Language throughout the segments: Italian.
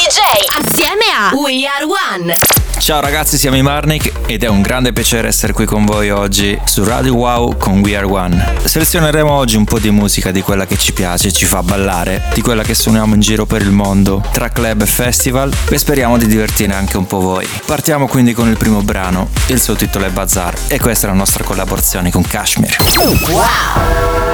DJ assieme a We Are One. Ciao ragazzi, siamo i Marnik ed è un grande piacere essere qui con voi oggi su Radio Wow con We Are One. Selezioneremo oggi un po' di musica di quella che ci piace, ci fa ballare, di quella che suoniamo in giro per il mondo, tra club e festival, e speriamo di divertire anche un po' voi. Partiamo quindi con il primo brano, il suo titolo è Bazaar e questa è la nostra collaborazione con Kashmir. Wow!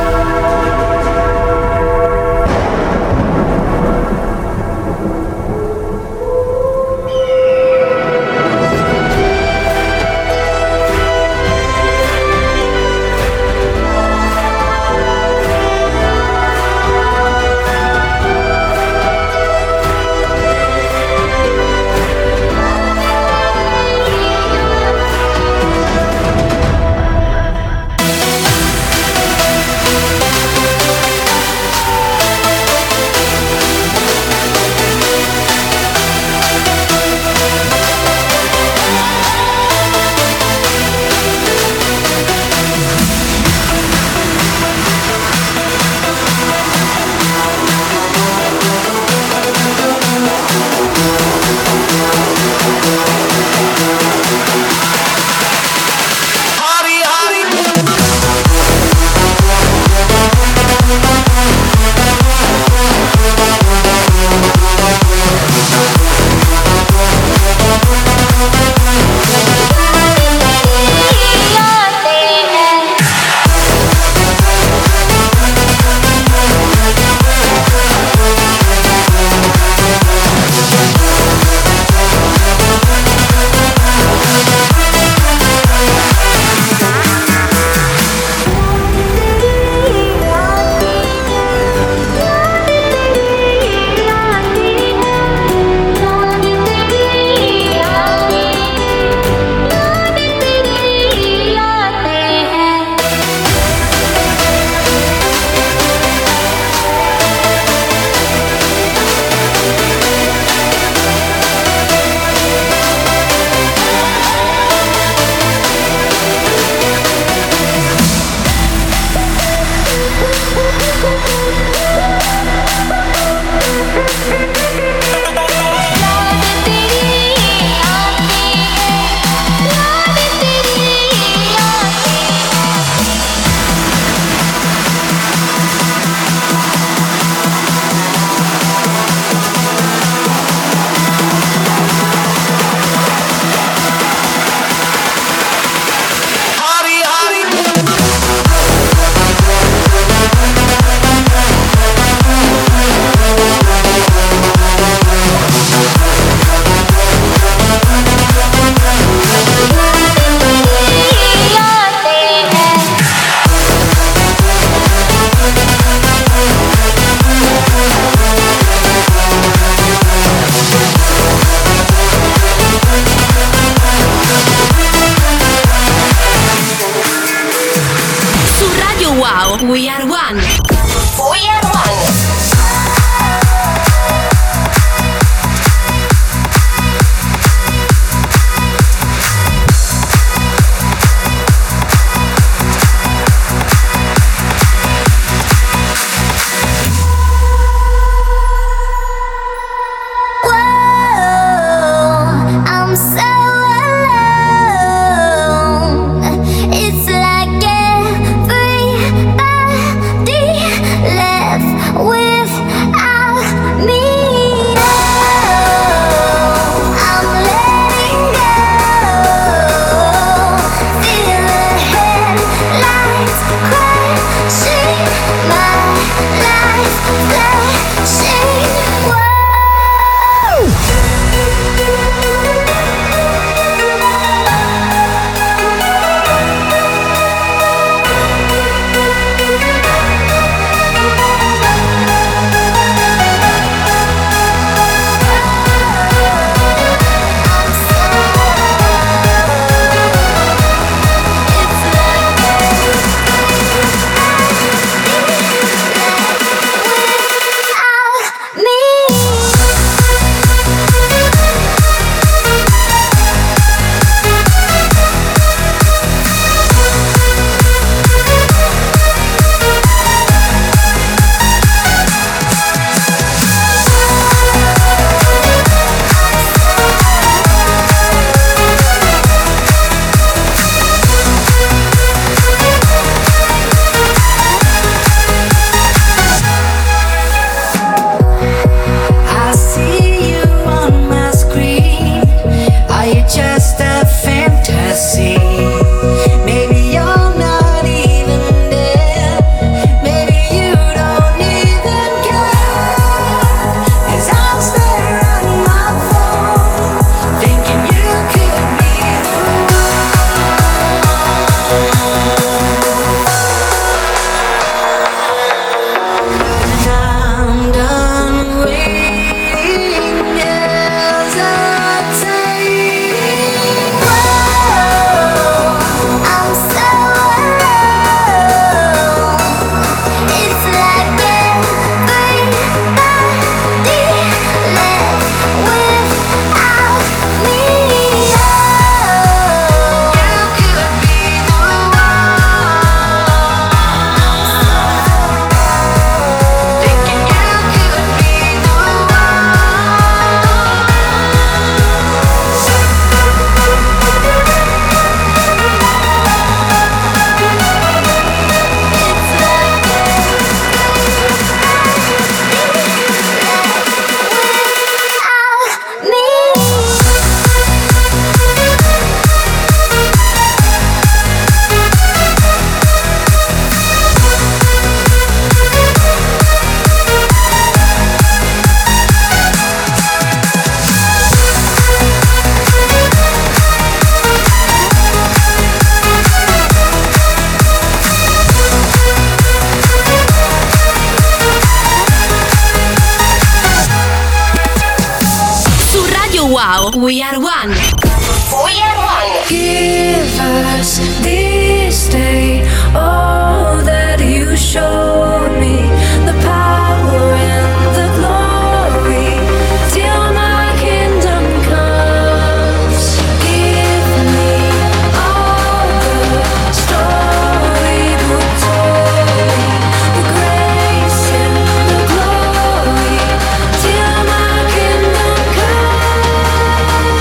Wow, We Are One. We Are One. Give us this day all that you showed me, the power and the glory, till my kingdom comes. Give me all the storybook told me, the grace and the glory, till my kingdom comes.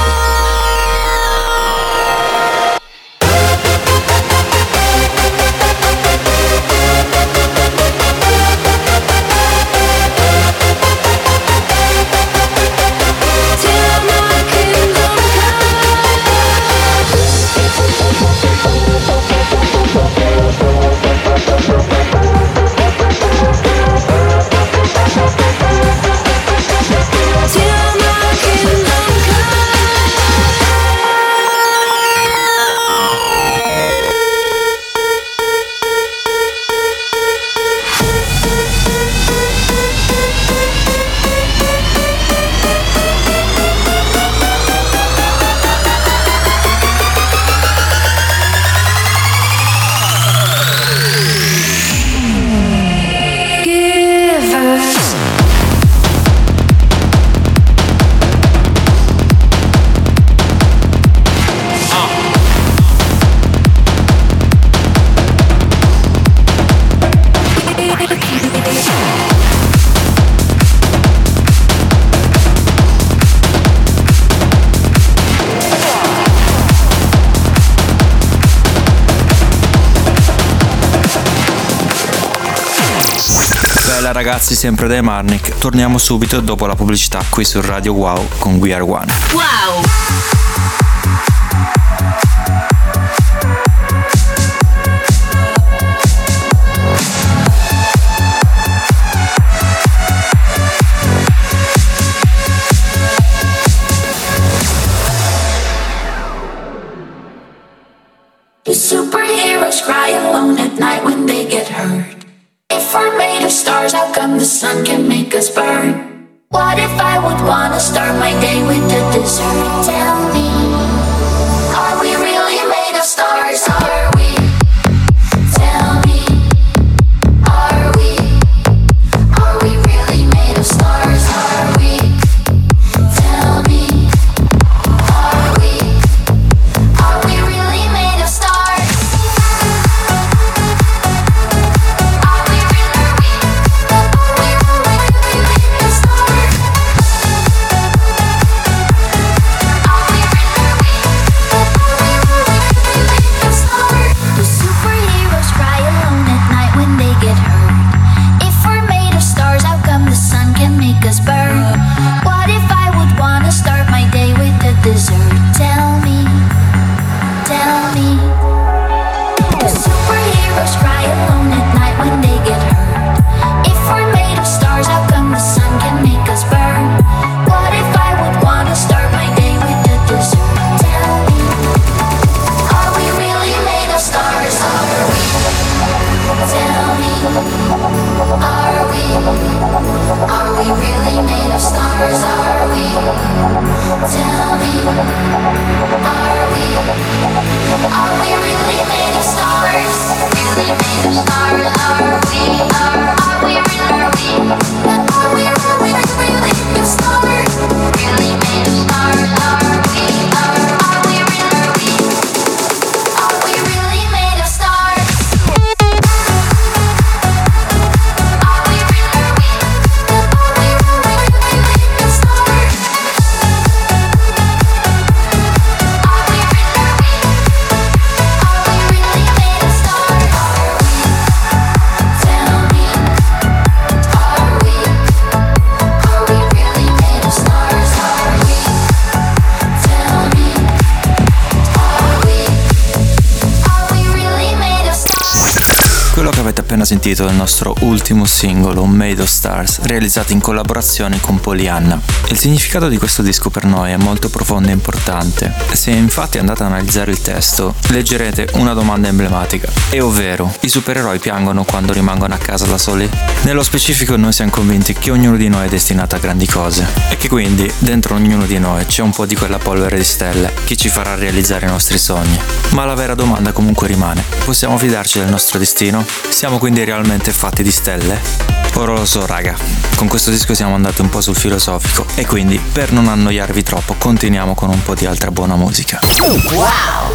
Bella ragazzi, sempre dai Marnik. Torniamo subito dopo la pubblicità qui su Radio Wow con We Are One. Wow. Do superheroes cry alone at night when they get hurt? If we're made of stars, how come the sun can make us burn? What if I would wanna start my day with the dessert? Tell me, are we really made of stars? Are we? Tell me, are we? Are we really made of stars? Are we? Tell me, are we? Are we really made of stars? Are we really made of stars? appena sentito il nostro ultimo singolo, Made of Stars, realizzato in collaborazione con Pollyanna. Il significato di questo disco per noi è molto profondo e importante. Se infatti andate ad analizzare il testo, leggerete una domanda emblematica, e ovvero: i supereroi piangono quando rimangono a casa da soli? Nello specifico noi siamo convinti che ognuno di noi è destinato a grandi cose e che quindi dentro ognuno di noi c'è un po' di quella polvere di stelle che ci farà realizzare i nostri sogni. Ma la vera domanda comunque rimane: possiamo fidarci del nostro destino? Siamo quindi realmente fatti di stelle? Ora lo so raga, con questo disco siamo andati un po' sul filosofico e quindi per non annoiarvi troppo continuiamo con un po' di altra buona musica. Wow!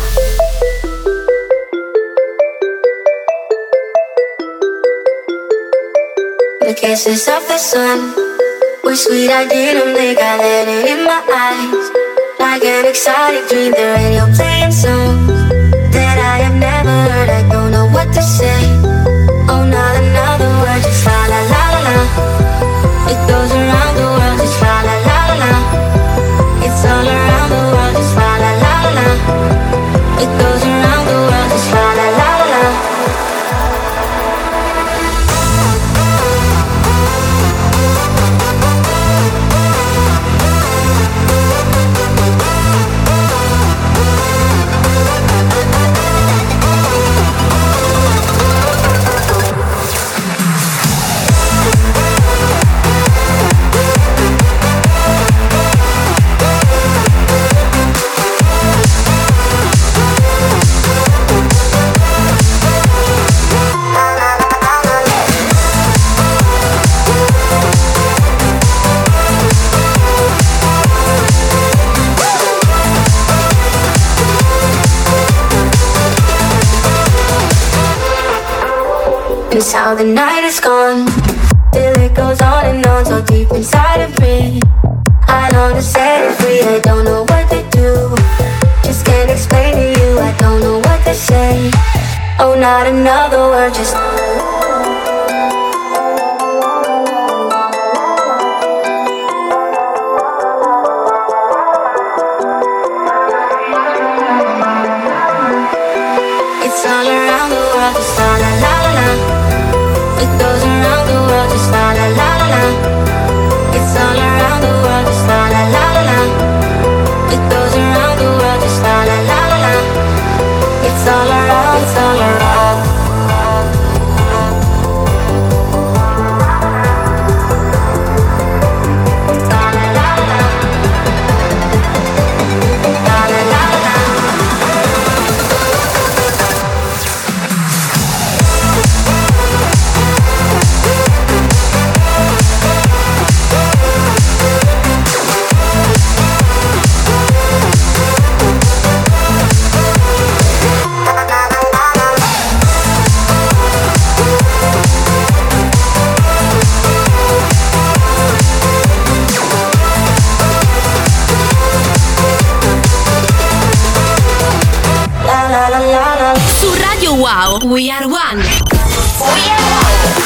The kisses of the sun were sweet, I didn't think I let it in my eyes. Like an exotic dream, the radio playing songs that I have never heard, I don't know what to say. Oh, not another word, just la la la la la. It goes around the world, just la la la la la. It's all around the world, just la la la la la. It goes around the world, just la la la la la. It's how the night is gone, till it goes on and on, so deep inside of me. I long to set it free, I don't know what to do. Just can't explain to you, I don't know what to say. Oh, not another word, just it's all around the world, just la la la la la. It goes around the world, just la la la la la. It's all around the world, just la la la la la. It goes around the world, just la la la la la. It's all around, it's all around. La la la la. La la la la. Su Radio Wow, We Are One. We are one.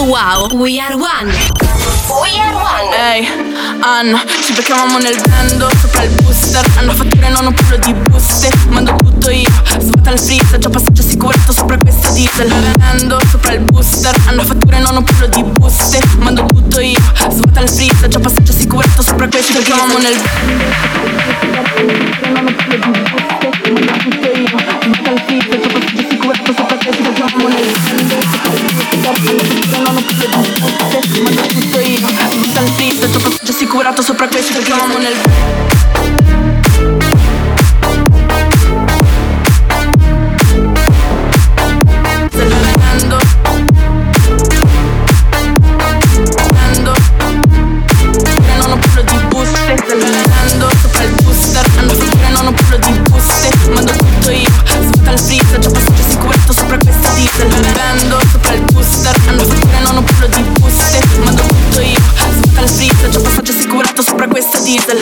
Radio Wow, We Are One. We Are One. Ehi, Anna, ci beccavamo nel vendo sopra il booster. Hanno fatture non un pullo di buste. Mando tutto io, svuota il freezer. Già passaggio assicurato sopra questa diesel. Vendo sopra il booster. Hanno fatture non un pullo di buste. Mando tutto io, svuota il freezer. Già passaggio assicurato sopra questa diesel. Ci beccavamo nel non un pullo di buste. Mando tutto io, svuota il freezer. Già passaggio assicurato sopra questa diesel. Ci beccavamo nel vendo sopra il booster. Hanno fatture non un pullo di buste. Mando tutto io, svuota il freezer. Già passaggio assicurato sopra questo, ci beccavamo nel non ho pullo di buste. Vendo sopra il booster. Hanno fatture non ho pullo di buste. Mando tutto io, svuota il freezer. Già passaggio assicurato sopra questa diesel. Vendo sopra il booster. Hanno fatture non ho pullo di buste. Mando tutto io, svuota il freezer. Già passaggio assicurato sopra questa diesel.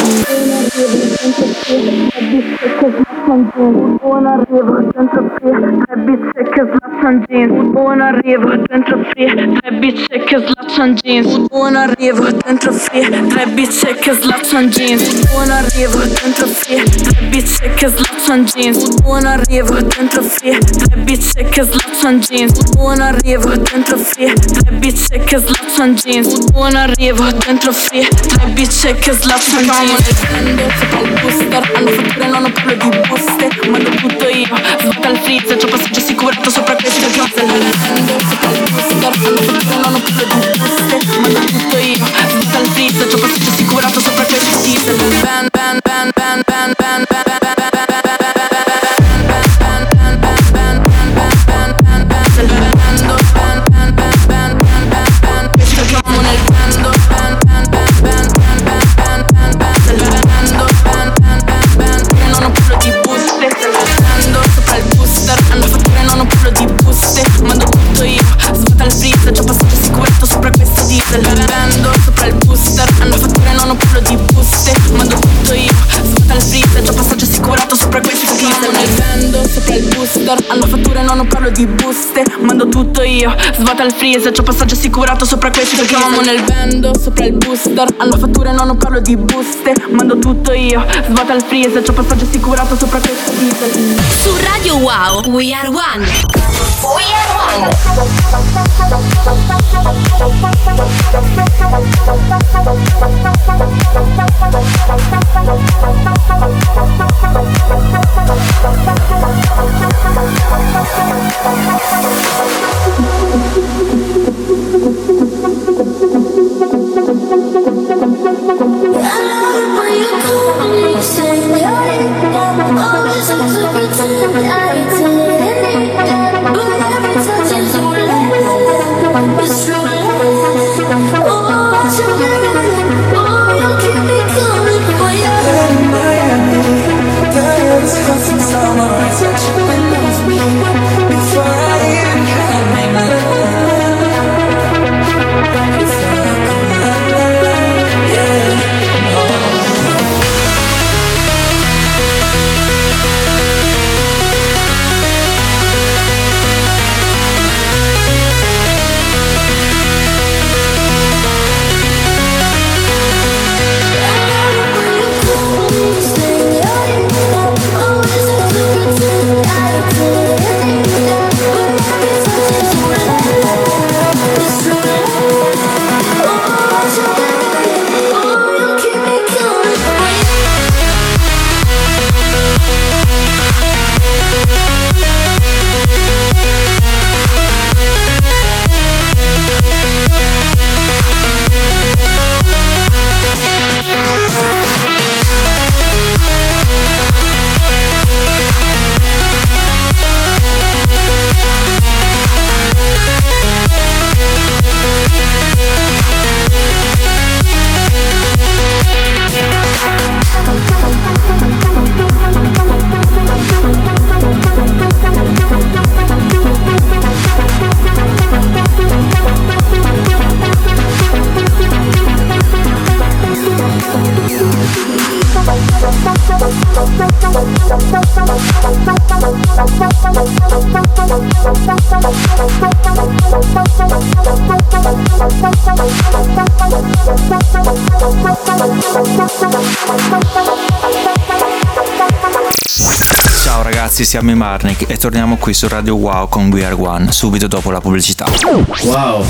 Buon arrivo dentro qui, 3 bicce che slaccian jeans. Buon arrivo dentro qui, 3 bicce che slaccian jeans. Buon arrivo dentro qui, 3 bicce che slaccian jeans. Buon arrivo dentro qui, 3 bicce che slaccian jeans. Buon arrivo dentro qui, 3 bicce che slaccian jeans. Buon arrivo dentro qui, 3 bicce che slaccian jeans. Buon arrivo dentro qui, 3 bicce che slaccian jeans. Vendo sopra il booster, hanno fatture non ho pullo di buste. Mando tutto io, svuota il freezer. C'ho passaggio assicurato sopra queste cose. Vendo sopra il booster, hanno fatture non ho pullo di buste. Mando tutto io, svuota il freezer. C'ho passaggio assicurato sopra queste diesel. Ban, ban, ban, ban, ban, ban, ban. Vendo sopra il booster, hanno fatture non ho pullo di buste. Mando tutto io, svuota il freezer. Già passaggio assicurato sopra questo diesel. Vendo sopra il booster, hanno fatture non ho parlo di buste. Mando tutto io, svuota il freezer. Già passaggio assicurato sopra questo diesel. Nel vendo sopra il booster, hanno fatture non ho parlo di buste. Mando tutto io, svuota il freezer. Già passaggio assicurato sopra questo diesel. Su Radio Wow, We Are One. We Are One. Miami, Ciao ragazzi, siamo i Marnik e torniamo qui su Radio Wow con We Are One, subito dopo la pubblicità. Wow.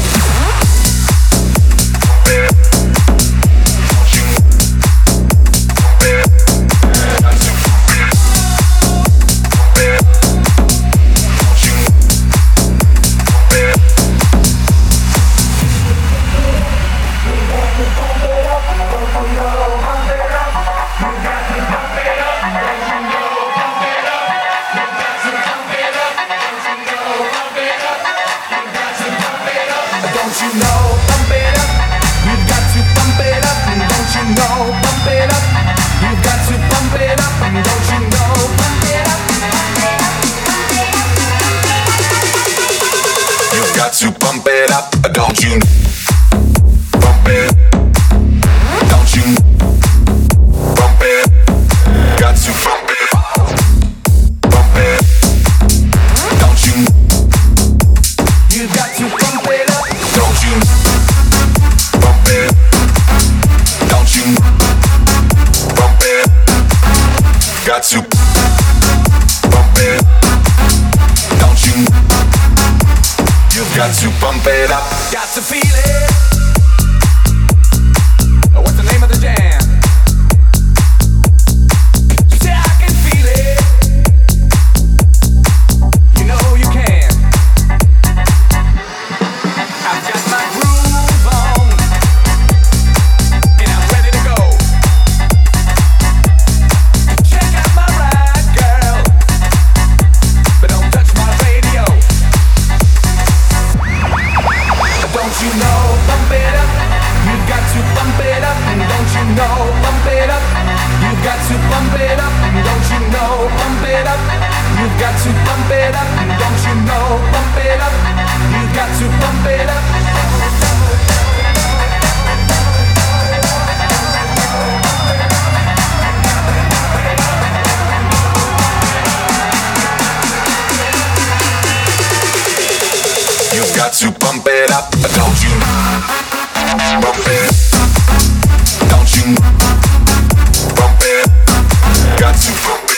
To pump it up, don't you bump it? Don't you bump it? Got to bump it, bump it. Don't you? You got to bump it up, don't you bump it? Don't you bump it? Got to bump it, don't you? You've got to pump it up. Got to feel it. What's the name of the jam? Say I can feel it. You know you can. I've got my groove on, and I'm ready to go. Check out my ride, girl, but don't touch my radio. Don't you know, bump it up, you've got to bump it up, and don't you know, bump it up, you've got to bump it up, and don't you know, bump it up, you've got to bump it up, and don't you know, bump it up, you've got to bump it up. You've got to pump it up, don't you bump it, don't you bump it, got to bump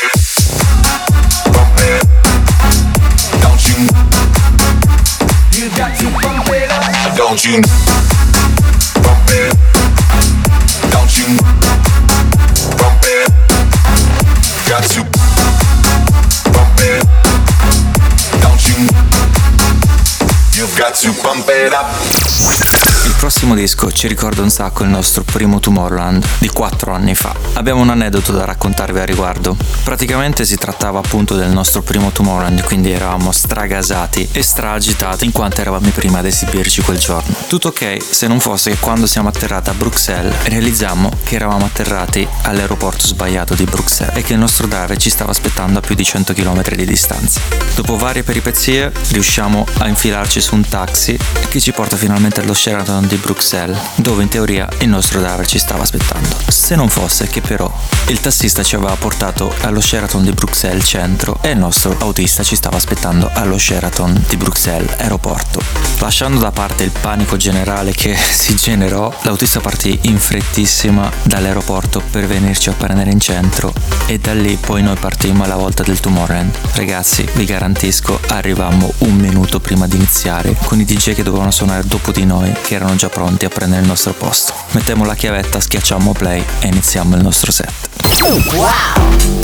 it, don't you, you got to bump it up, don't you bump it, don't you bump it, got to bump it, don't you. You've got to pump it up. Il prossimo disco ci ricorda un sacco il nostro primo Tomorrowland di 4 anni fa. Abbiamo un aneddoto da raccontarvi a riguardo. Praticamente si trattava appunto del nostro primo Tomorrowland, quindi eravamo stragasati e straagitati in quanto eravamo i primi ad esibirci quel giorno. Tutto ok se non fosse che quando siamo atterrati a Bruxelles realizziamo che eravamo atterrati all'aeroporto sbagliato di Bruxelles e che il nostro driver ci stava aspettando a più di 100 km di distanza. Dopo varie peripezie riusciamo a infilarci su un taxi che ci porta finalmente allo Sheraton di Bruxelles, dove in teoria il nostro driver ci stava aspettando. Se non fosse che però il tassista ci aveva portato allo Sheraton di Bruxelles centro e il nostro autista ci stava aspettando allo Sheraton di Bruxelles aeroporto. Lasciando da parte il panico generale che si generò, l'autista partì in frettissima dall'aeroporto per venirci a prendere in centro e da lì poi noi partimmo alla volta del Tomorrowland. Ragazzi, vi garantisco, arrivammo un minuto prima di iniziare con i DJ che dovevano suonare dopo di noi, che erano già pronti a prendere il nostro posto. Mettiamo la chiavetta, schiacciamo play e iniziamo il nostro set. Wow!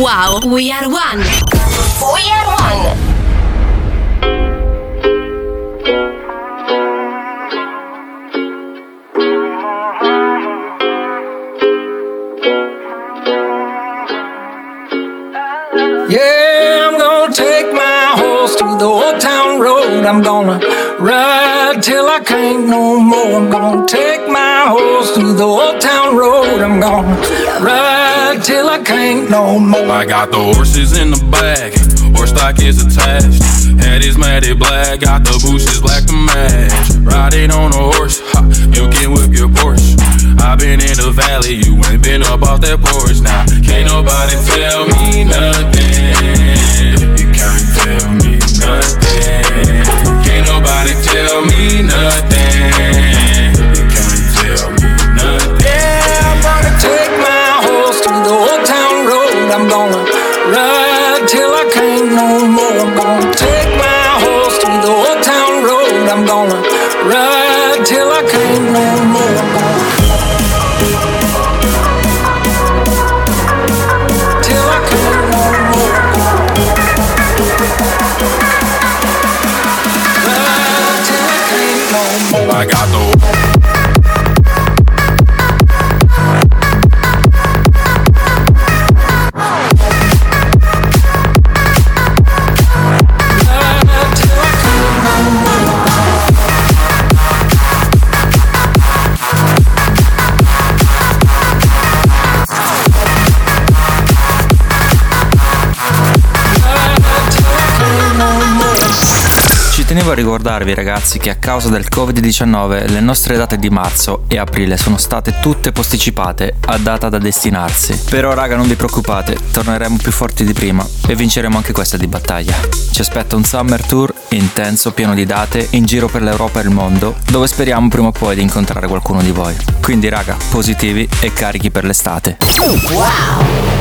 Wow, we are one. We are one. Yeah, I'm gonna take my horse to the old town road. I'm gonna ride till I can't no more. I'm gonna take my horse to the old town road. I'm gonna ride till I can't no more. I got the horses in the back, horse stock is attached. Head is matted black, got the bushes black to match. Riding on a horse, ha, you can whip your Porsche. I've been in the valley, you ain't been up off that porch. Now, can't nobody tell me nothing. You can't tell me nothing. Can't nobody tell me nothing. You can't tell me nothing. Yeah, I'm gonna take my horse to the old town road. I'm gonna ride till I can't no more. I'm gonna take my horse to the old town road. I'm gonna ride till I can't no more. I got the Tenevo a ricordarvi ragazzi che a causa del Covid-19 le nostre date di marzo e aprile sono state tutte posticipate a data da destinarsi. Però raga, non vi preoccupate, torneremo più forti di prima e vinceremo anche questa di battaglia. Ci aspetta un summer tour intenso, pieno di date, in giro per l'Europa e il mondo, dove speriamo prima o poi di incontrare qualcuno di voi. Quindi raga, positivi e carichi per l'estate. Wow.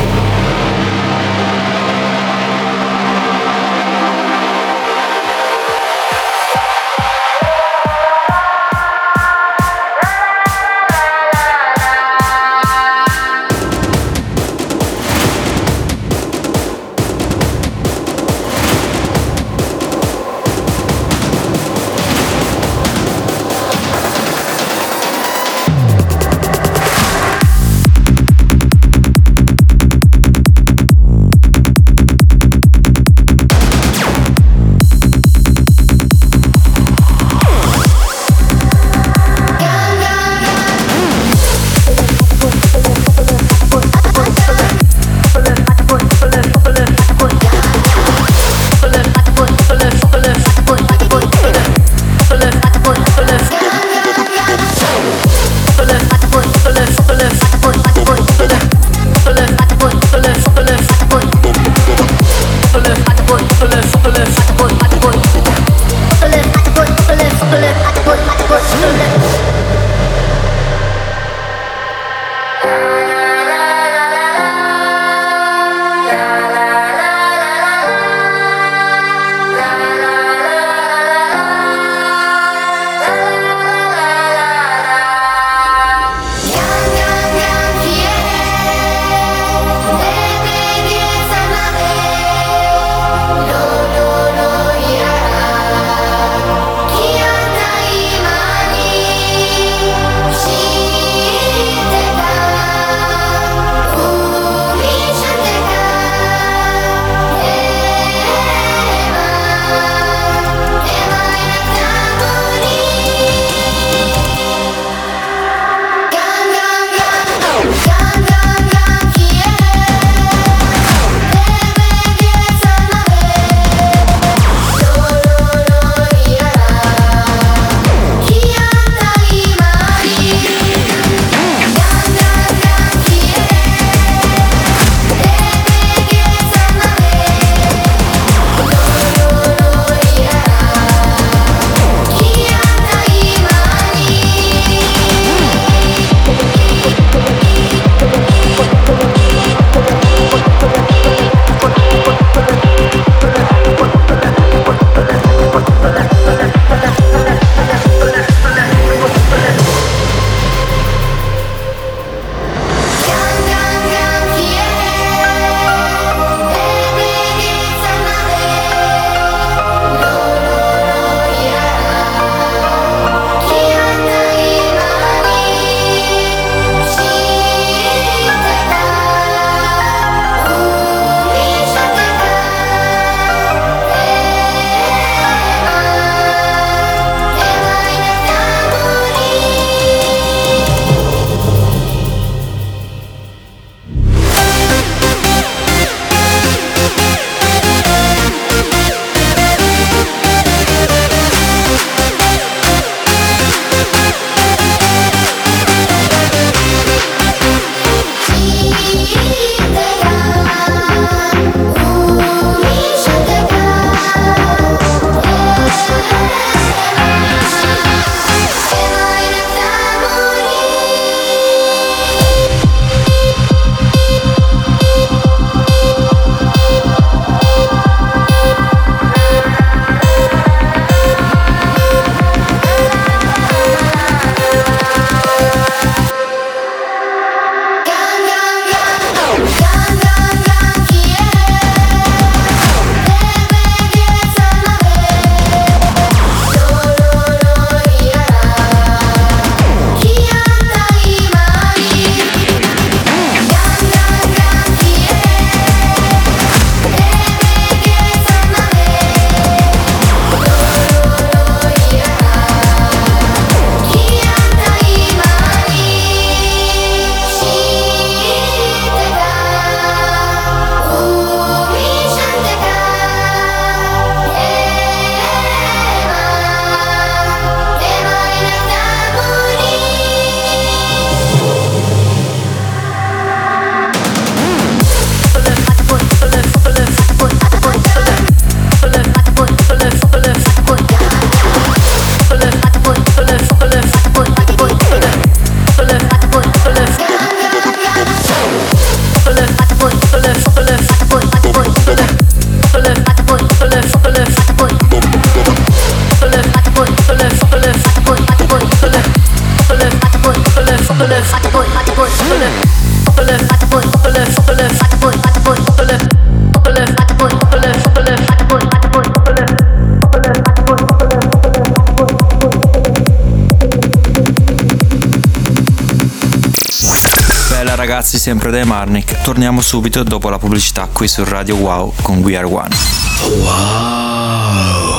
ragazzi sempre dai Marnik. Torniamo subito dopo la pubblicità qui su Radio Wow con We Are One. Wow.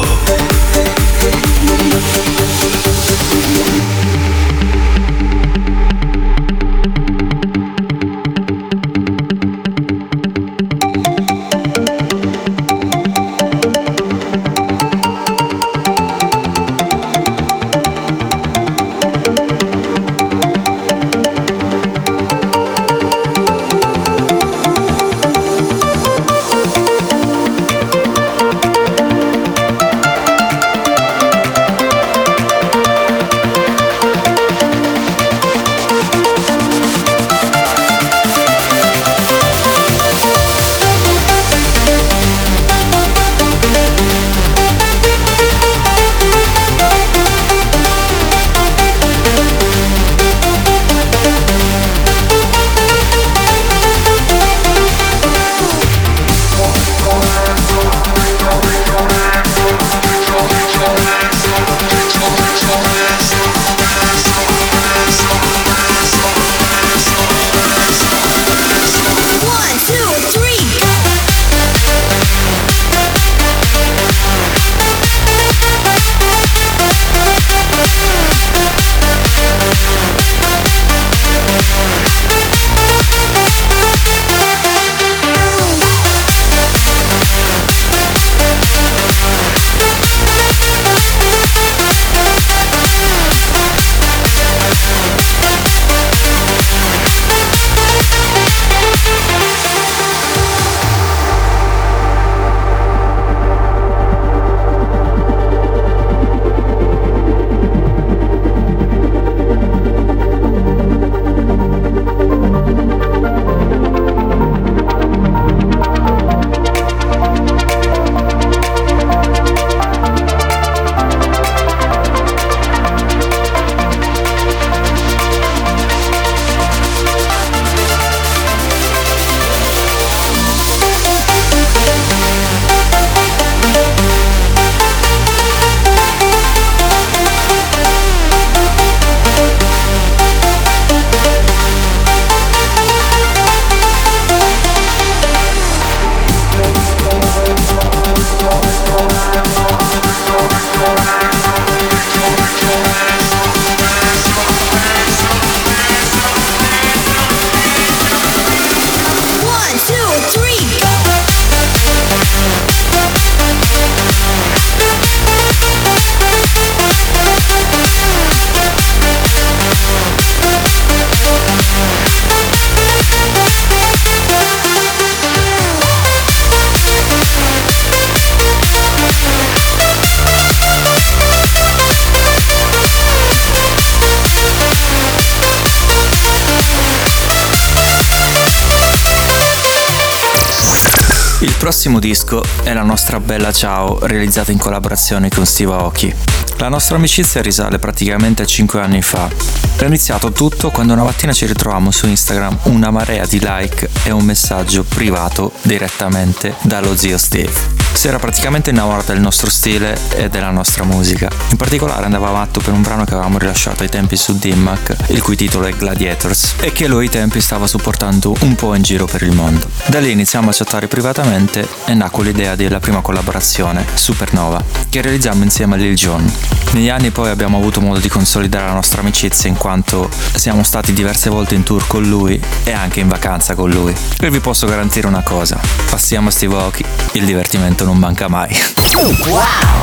Il prossimo disco è la nostra bella Ciao, realizzata in collaborazione con Steve Aoki. La nostra amicizia risale praticamente a 5 anni fa. È iniziato tutto quando una mattina ci ritrovammo su Instagram una marea di like e un messaggio privato direttamente dallo zio Steve. Si era praticamente innamorato del nostro stile e della nostra musica. In particolare andava matto per un brano che avevamo rilasciato ai tempi su Dimmac, il cui titolo è Gladiators, e che lui ai tempi stava supportando un po' in giro per il mondo. Da lì iniziamo a chattare privatamente e nacque l'idea della prima collaborazione, Supernova, che realizziamo insieme a Lil Jon. Negli anni poi abbiamo avuto modo di consolidare la nostra amicizia in quanto siamo stati diverse volte in tour con lui e anche in vacanza con lui. E vi posso garantire una cosa, passiamo a Steve Aoki, il divertimento non manca mai. Wow!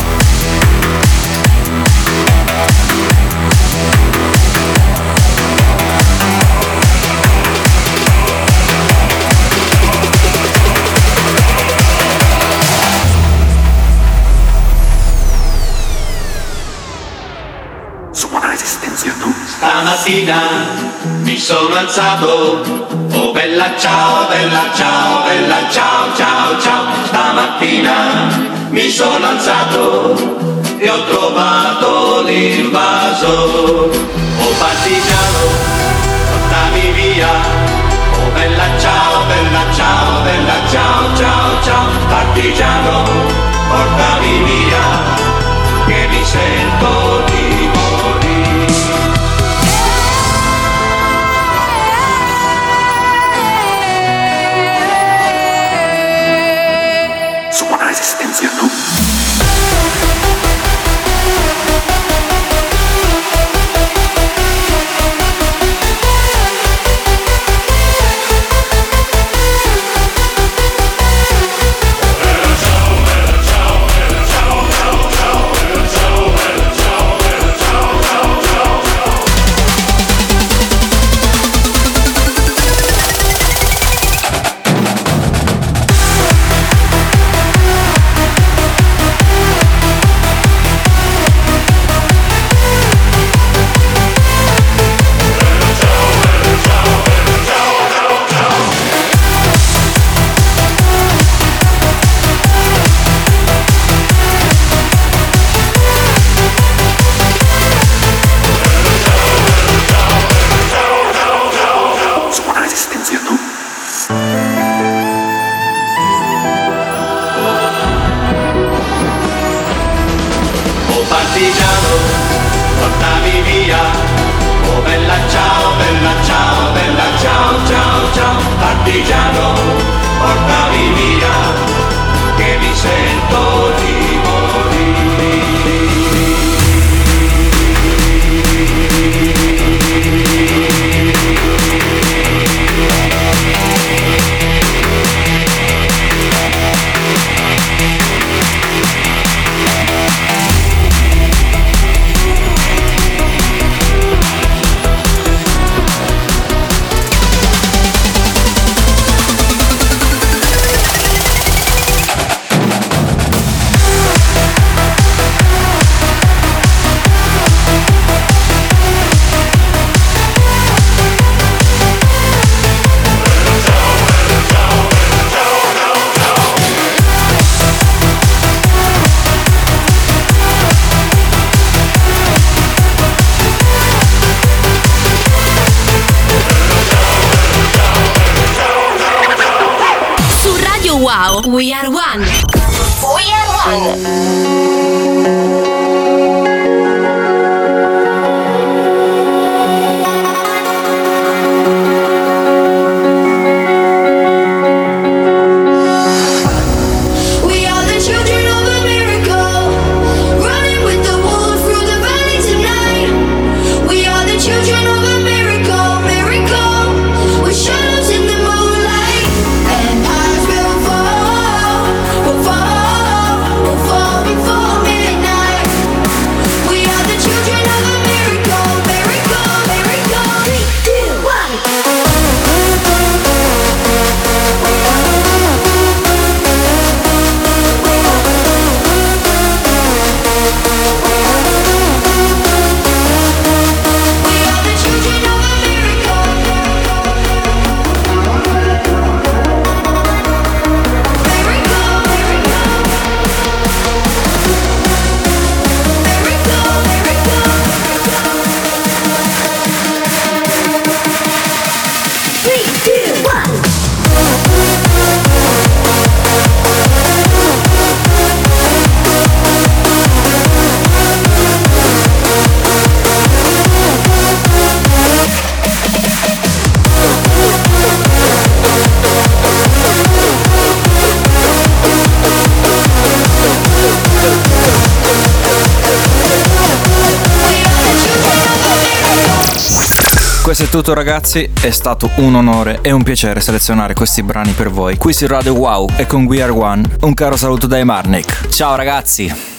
Stamattina mi sono alzato, oh bella ciao, bella ciao, bella ciao, ciao, ciao. Stamattina mi sono alzato e ho trovato l'invaso. Oh partigiano, portami via, oh bella ciao, bella ciao, bella ciao, ciao, ciao. Partigiano, portami via, che mi sento di morire. portami via. Oh bella ciao, bella ciao, bella ciao, ciao, ciao. Partigiano, portami via, che mi sento di morire. Wow, we are one. We are one. Questo è tutto ragazzi, è stato un onore e un piacere selezionare questi brani per voi qui su Radio Wow e con We Are One. Un caro saluto da Marnik. Ciao ragazzi!